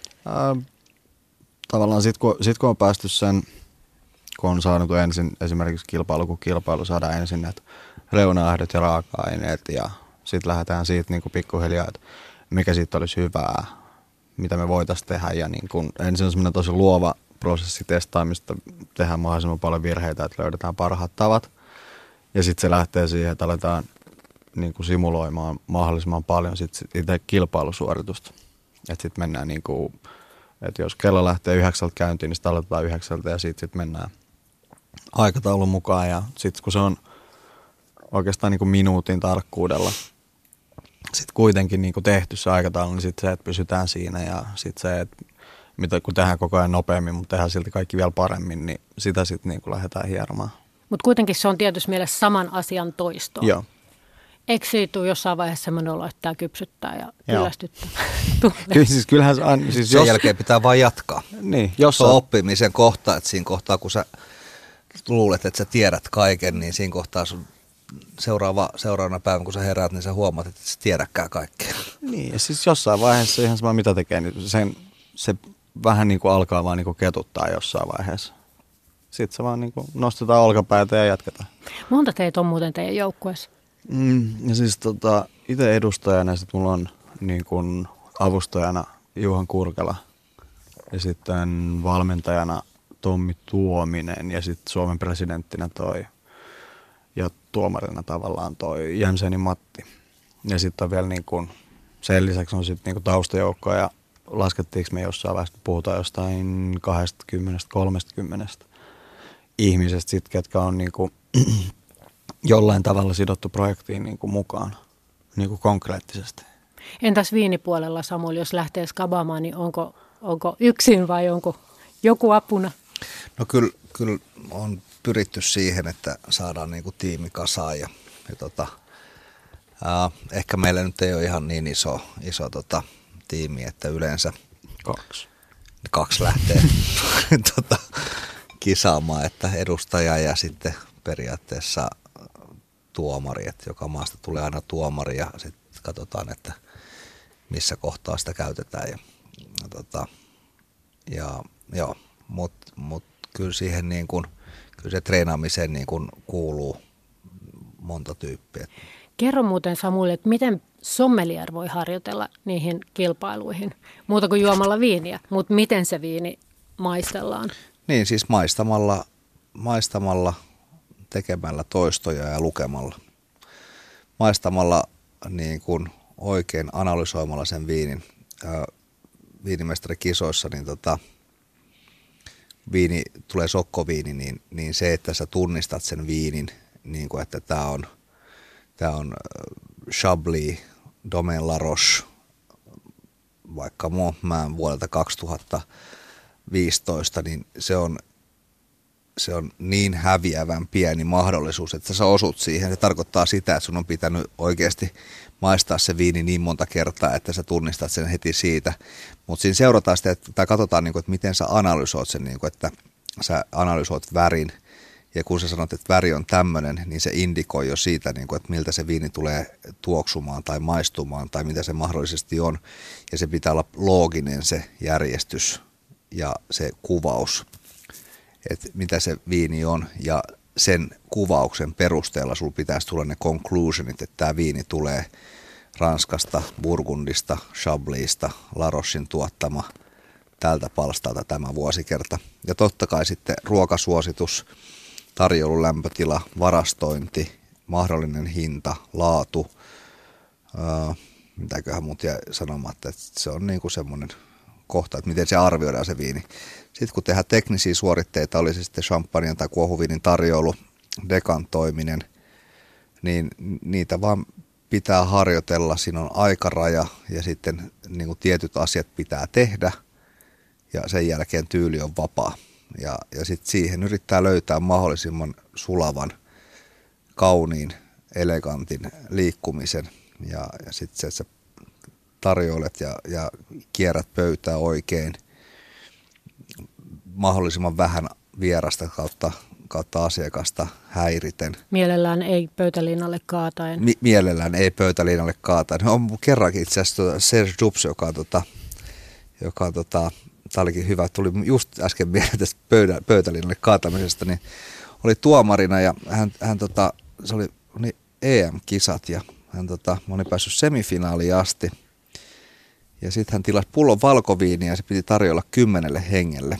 Tavallaan sit kun on päästy sen, kun on saanut ensin esimerkiksi kilpailu saadaan ensin näitä reunaehdot ja raaka-aineet ja sitten lähdetään siitä niin kuin pikkuhiljaa, että mikä siitä olisi hyvää, mitä me voitaisiin tehdä ja niin kuin, ensin on semmoinen tosi luova prosessi testaamista, tehdään mahdollisimman paljon virheitä, että löydetään parhaat tavat. Ja sitten se lähtee siihen, että aletaan niin kuin simuloimaan mahdollisimman paljon sit itse kilpailusuoritusta. Että sitten mennään, niin kuin, että jos kello lähtee 9 käyntiin, niin sitten aloitetaan 9 ja sitten mennään aikataulun mukaan. Ja sitten kun se on oikeastaan niin kuin minuutin tarkkuudella sitten kuitenkin niin kuin tehty se aikataulu, niin sitten se, että pysytään siinä ja sitten se, että kun tehdään koko ajan nopeammin, mutta tehdään silti kaikki vielä paremmin, niin sitä sitten niin kuin lähdetään hieromaan. Mutta kuitenkin se on tietysti mielessä saman asian toisto. Joo. Eikö siitä tule jossain vaiheessa sellainen olo, että tämä kypsyttää ja kyllästyttää? Kyllähän se sen jälkeen pitää vaan jatkaa. Niin, se on oppimisen kohta, että siinä kohtaa kun sä luulet, että sä tiedät kaiken, niin siinä kohtaa sun seuraavana päivänä, kun sä heräät, niin sä huomaat, että sä tiedäkään kaikkea. Niin, ja siis jossain vaiheessa ihan sama mitä tekee, niin se vähän niin kuin alkaa vaan niin kuin ketuttaa jossain vaiheessa. Sitten se vaan niin kuin nostetaan olkapäätä ja jatketaan. Monta teitä on muuten teidän joukkueessa? Ja siis itse edustajana sitten mulla on niin kuin avustajana Juhan Kurkela ja sitten valmentajana Tommi Tuominen ja sitten Suomen presidenttinä toi. Ja tuomarina tavallaan toi Jämsenin Matti. Ja sitten on vielä niin kuin, sen lisäksi on sitten niin kuin taustajoukkoa ja laskettiinko me jossain vaiheessa, puhutaan jostain 20-30 ihmisestä sit, ketkä on niin kuin jollain tavalla sidottu projektiin niin kuin mukaan niin kuin konkreettisesti. Entäs viinipuolella, Samuel, jos lähtee skabaamaan, niin onko yksin vai onko joku apuna? No kyllä on pyritty siihen, että saadaan niin kuin tiimi kasaan ja ehkä meillä nyt ei ole ihan niin iso tiimi, että yleensä kaksi lähtee kisaamaan, että edustaja ja sitten periaatteessa tuomari, että joka maasta tulee aina tuomari ja sitten katsotaan, että missä kohtaa sitä käytetään mutta kyllä siihen niin kuin, kyllä se treenaamiseen niin kuin kuuluu monta tyyppiä. Kerro muuten, Samuel, että miten sommelier voi harjoitella niihin kilpailuihin, muuta kuin juomalla viiniä, mutta miten se viini maistellaan? Niin, siis maistamalla, tekemällä toistoja ja lukemalla. Maistamalla niin kuin oikein analysoimalla sen viinin. Viinimestarikisoissa niin viini tulee sokkoviini, niin se, että sä tunnistat sen viinin, niin kuin, että tämä on Chablis, Domaine La Roche, vaikka mä vuodelta 2015, niin se on niin häviävän pieni mahdollisuus, että sä osut siihen. Se tarkoittaa sitä, että sun on pitänyt oikeasti maistaa se viini niin monta kertaa, että sä tunnistat sen heti siitä. Mutta siinä seurataan sitä, tai katsotaan, että miten sä analysoit sen, että sä analysoit värin. Ja kun sä sanot, että väri on tämmöinen, niin se indikoi jo siitä, että miltä se viini tulee tuoksumaan tai maistumaan tai mitä se mahdollisesti on. Ja se pitää olla looginen se järjestys ja se kuvaus, että mitä se viini on. Ja sen kuvauksen perusteella sulla pitäisi tulla ne conclusionit, että tämä viini tulee Ranskasta, Burgundista, Chablisista, La Rochin tuottama tältä palstalta tämä vuosikerta. Ja totta kai sitten ruokasuositus, tarjoulun lämpötila, varastointi, mahdollinen hinta, laatu, mitäköhän muut jäi sanomatta, että se on niin kuin semmoinen kohta, että miten se arvioidaan se viini. Sitten kun tehdään teknisiä suoritteita, oli se sitten champagnen tai kuohuviinin tarjoulu, dekantoiminen, niin niitä vaan pitää harjoitella, siinä on aikaraja ja sitten niin kuin tietyt asiat pitää tehdä ja sen jälkeen tyyli on vapaa. Ja sitten siihen yrittää löytää mahdollisimman sulavan, kauniin, elegantin liikkumisen ja sitten se, että sä tarjoilet ja kierrät pöytää oikein, mahdollisimman vähän vierasta kautta asiakasta häiriten. Mielellään ei pöytäliinalle kaataen. Mielellään ei pöytäliinalle kaataen. On kerrankin itse asiassa Serge Dubs, joka tämä olikin hyvä, tuli just äsken mieleen tästä pöytäliinalle kaatamisesta, niin oli tuomarina ja se oli EM-kisat ja hän oli päässyt semifinaaliin asti. Ja sitten hän tilasi pullon valkoviiniä ja se piti tarjolla 10 hengelle.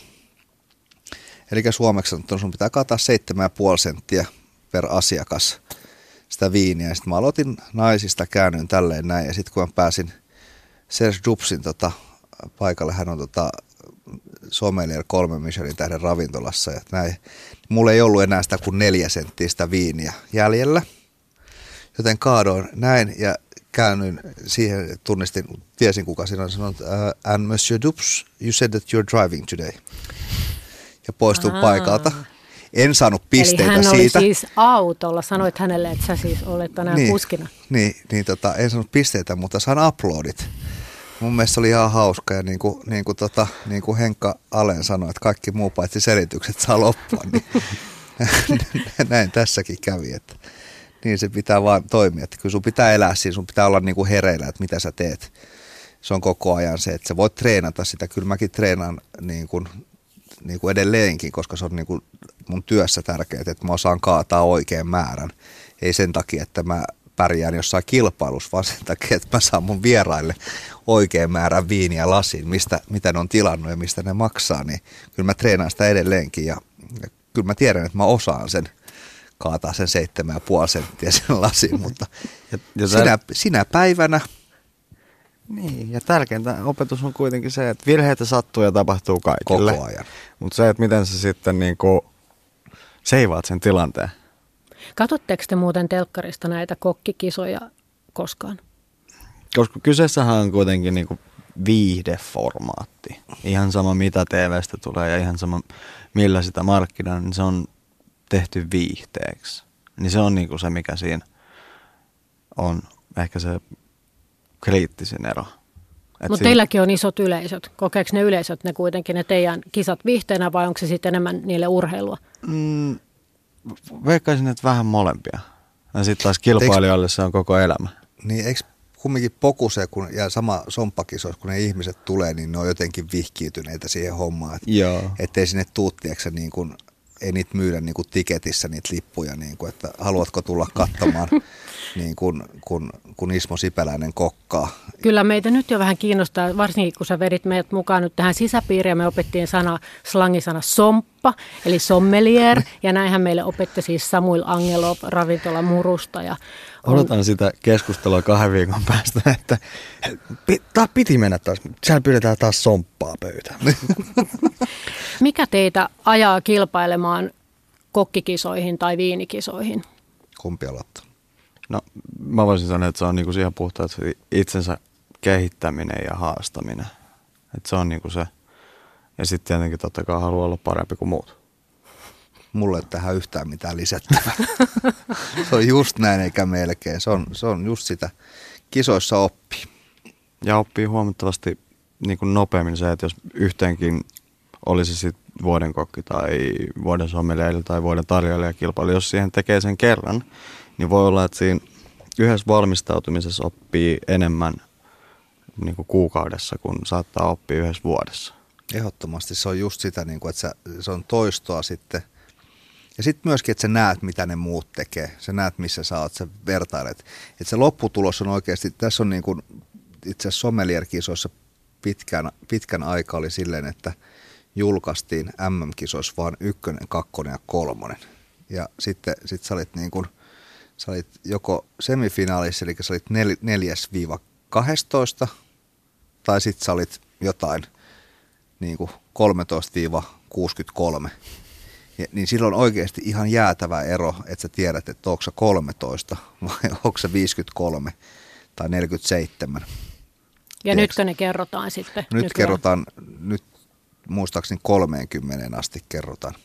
Eli suomeksi sanottuna sun pitää kaataa 7,5 senttiä per asiakas sitä viiniä. Ja sitten mä aloitin naisista, käännyin tälleen näin. Ja sitten kun mä pääsin Serge Dubsin paikalle, hän on sommelier 3 Michelin tähden ravintolassa. Ja näin. Mulla ei ollut enää sitä kuin 4 senttiä sitä viiniä jäljellä. Joten kaadoin näin ja käännyin siihen, tiesin kuka siinä on sanonut, and Monsieur Dubs, you said that you're driving today. Ja poistuin paikalta. En saanut pisteitä siitä. Eli hän oli siis autolla. Sanoit hänelle, että sä siis olet tänään kuskina. En saanut pisteitä, mutta sain uploadit. Mun mielestä se oli ihan hauska ja niin kuin Henkka Alen sanoi, että kaikki muu paitsi selitykset saa loppua. Niin näin tässäkin kävi, että niin se pitää vaan toimia. Että kyllä sun pitää elää siinä, sun pitää olla niin kuin hereillä, että mitä sä teet. Se on koko ajan se, että sä voit treenata sitä. Kyllä mäkin treenaan niin kuin edelleenkin, koska se on niin kuin mun työssä tärkeää, että mä osaan kaataa oikean määrän. Ei sen takia, että mä pärjään jossain kilpailussa, vaan sen takia, että mä saan mun vieraille oikean määrän viiniä lasiin, mitä ne on tilannut ja mistä ne maksaa. Niin kyllä mä treenaan sitä edelleenkin ja kyllä mä tiedän, että mä osaan sen kaataa sen 7,5 senttiä sen lasiin, mutta ja sinä päivänä. Niin, ja tärkeintä opetus on kuitenkin se, että virheitä sattuu ja tapahtuu kaikille. Koko ajan. Mutta se, että miten sä sitten niinku seivaat sen tilanteen. Katsotteko te muuten telkkarista näitä kokkikisoja koskaan? Koska kyseessähän on kuitenkin niinku viihdeformaatti. Ihan sama mitä TV:stä tulee ja ihan sama millä sitä markkinaa, niin se on tehty viihteeksi. Niin se on niinku se, mikä siinä on ehkä se kriittisin ero. Mutta teilläkin on isot yleisöt. Kokeeko ne yleisöt ne kuitenkin ne teidän kisat viihteenä vai onko se sitten enemmän niille urheilua? Veikkaisin, että vähän molempia. Ja sitten taas kilpailijoille se on koko elämä. Niin eikö kumminkin Pokuse ja sama somppakisoissa, kun ne ihmiset tulee, niin ne on jotenkin vihkiytyneitä siihen hommaan. Ettei sinne tuuttiaksä niin kuin, ei niitä myydä niin kuin tiketissä niitä lippuja, niin kuin, että haluatko tulla katsomaan niin kun Ismo Sipäläinen kokkaa. Kyllä meitä nyt jo vähän kiinnostaa, varsinkin kun sä vedit meidät mukaan nyt tähän sisäpiiriin. Me opettiin slangisana somppa, eli sommelier, ja näinhän meille opetti siis Samuel Angelov ravintola Murusta. Odotan sitä keskustelua 2 viikon päästä, että piti mennä taas, siellä pyydetään taas somppaa pöytään. Mikä teitä ajaa kilpailemaan kokkikisoihin tai viinikisoihin? Kumpi aloittaa? No mä voisin sanoa, että se on niinku siihen puhtaasti itsensä kehittäminen ja haastaminen. Että se on niinku se. Ja sitten tietenkin totta kai haluaa olla parempi kuin muut. Mulle ei tähän yhtään mitään lisättävää. Se on just näin eikä melkein. Se on just sitä. Kisoissa oppii. Ja oppii huomattavasti niinku nopeammin se, että jos yhteenkin olisi sitten vuoden kokki tai vuoden sommelier tai vuoden tarjoilijakilpailu, jos siihen tekee sen kerran, niin voi olla, että siinä yhdessä valmistautumisessa oppii enemmän niin kuin kuukaudessa, kun saattaa oppia yhdessä vuodessa. Ehdottomasti se on just sitä, niin kuin, että se on toistoa sitten. Ja sitten myöskin, että sä näet, mitä ne muut tekee. Sä näet, missä sä oot, sä vertailet. Että se lopputulos on oikeasti, tässä on niin kuin, itse asiassa sommelier-kisoissa pitkän aikaa oli silleen, että julkaistiin MM-kisoissa vaan 1, 2 ja 3. Ja sitten sä olit niin kuin, sä olit joko semifinaalissa, eli sä olit 4-12, tai sitten sä olit jotain niin kuin 13-63. Niin silloin oikeasti ihan jäätävä ero, että sä tiedät, että onko sä 13 vai onko sä 53 tai 47. Ja nytkö ne kerrotaan sitten? Nyt kerrotaan, nyt muistaakseni 30 asti kerrotaan.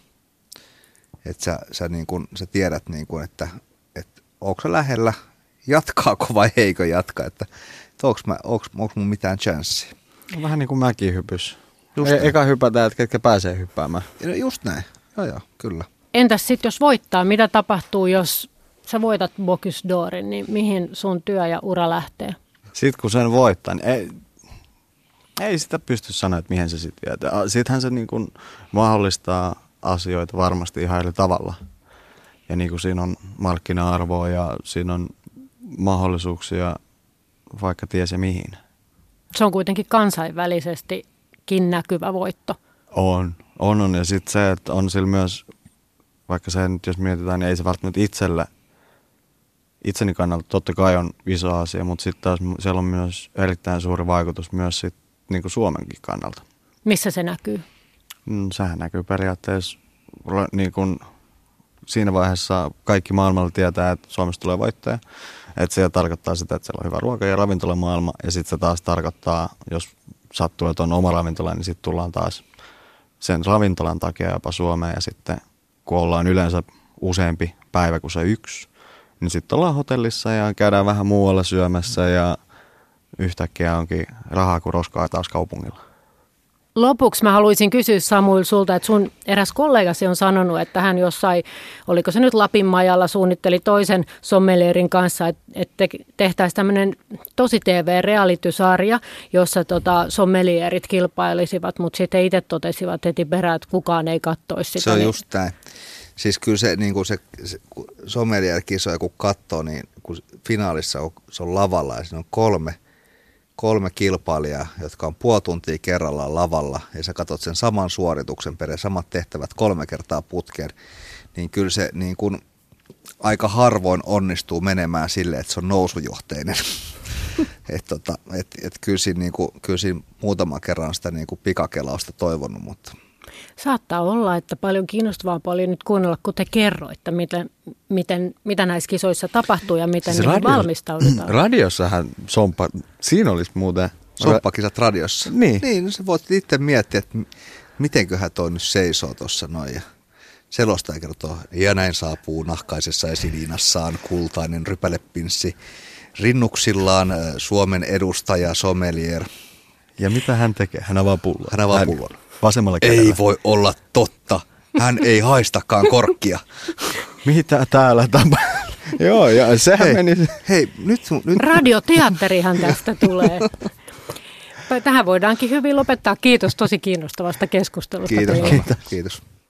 Että sä tiedät, niin kuin, että onko se lähellä, jatkaako vai eikö jatka, että onko mun mitään chanssia. Vähän niin kuin mäkihypys. Eka hypätään, että ketkä pääsee hyppäämään. No just näin, joo, kyllä. Entäs sitten jos voittaa, mitä tapahtuu, jos sä voitat Bocuse d'Orin, niin mihin sun työ ja ura lähtee? Sitten kun sen voittaa, niin ei sitä pysty sanoa, että mihin se sitten vie. Sittenhän se niin kuin mahdollistaa asioita varmasti ihan eri tavalla. Ja niin kuin siinä on markkina-arvoa ja siinä on mahdollisuuksia vaikka ties ja mihin. Se on kuitenkin kansainvälisestikin näkyvä voitto. On. Ja sitten se, että on sillä myös, vaikka se nyt jos mietitään, niin ei se välttämättä itseni kannalta totta kai on iso asia, mutta sitten taas siellä on myös erittäin suuri vaikutus myös sit, niin kuin Suomenkin kannalta. Missä se näkyy? Sehän näkyy periaatteessa niin kuin siinä vaiheessa kaikki maailmalla tietää, että Suomesta tulee voittaja. Että se tarkoittaa sitä, että siellä on hyvä ruoka- ja ravintolamaailma. Ja sitten se taas tarkoittaa, jos sattuu, että on oma ravintola, niin sitten tullaan taas sen ravintolan takia jopa Suomeen. Ja sitten kun ollaan yleensä useampi päivä kuin se yksi, niin sitten ollaan hotellissa ja käydään vähän muualla syömässä ja yhtäkkiä onkin rahaa kuin roskaa taas kaupungilla. Lopuksi mä haluaisin kysyä Samuel sulta, että sun eräs kollegasi on sanonut, että hän jossain, oliko se nyt Lapinmajalla, suunnitteli toisen sommelierin kanssa, että tehtäisiin tämmöinen tosi TV-reality-sarja, jossa sommelierit kilpailisivat, mutta sitten itse totesivat heti perään, että kukaan ei katsoisi sitä. Se on just näin. Siis kyllä se, niin se sommelier-kisoja kun katsoo, niin kun finaalissa se on lavalla ja siinä on kolme kilpailijaa, jotka on puoli tuntia kerrallaan lavalla ja sä katsot sen saman suorituksen samat tehtävät 3 kertaa putkeen, niin kyllä se niin kuin aika harvoin onnistuu menemään silleen, että se on nousujohteinen. Kyllä siinä muutaman kerran sitä niin kuin pikakelausta toivonut, mutta... Saattaa olla, että paljon kiinnostavampaa oli nyt kuunnella, kun te kerroitte, mitä näissä kisoissa tapahtuu ja miten siis valmistaudutaan. Radiossahan siinä olisi muuten... Somppakisat radiossa. Niin, no sä voit itse miettiä, että mitenköhän toi nyt seisoo tuossa noin ja selostaja kertoo. Ja näin saapuu nahkaisessa esiliinassaan kultainen rypälepinssi. Rinnuksillaan Suomen edustaja sommelier. Ja mitä hän tekee? Hän avaa pullon. Vasemmalla kädellä. Ei voi olla totta. Hän ei haistakaan korkkia. Mitä täällä tapahtuu? Joo, ja sehän meni... Hei, nyt... Radioteatterihan tästä tulee. Tähän voidaankin hyvin lopettaa. Kiitos tosi kiinnostavasta keskustelusta. Kiitos.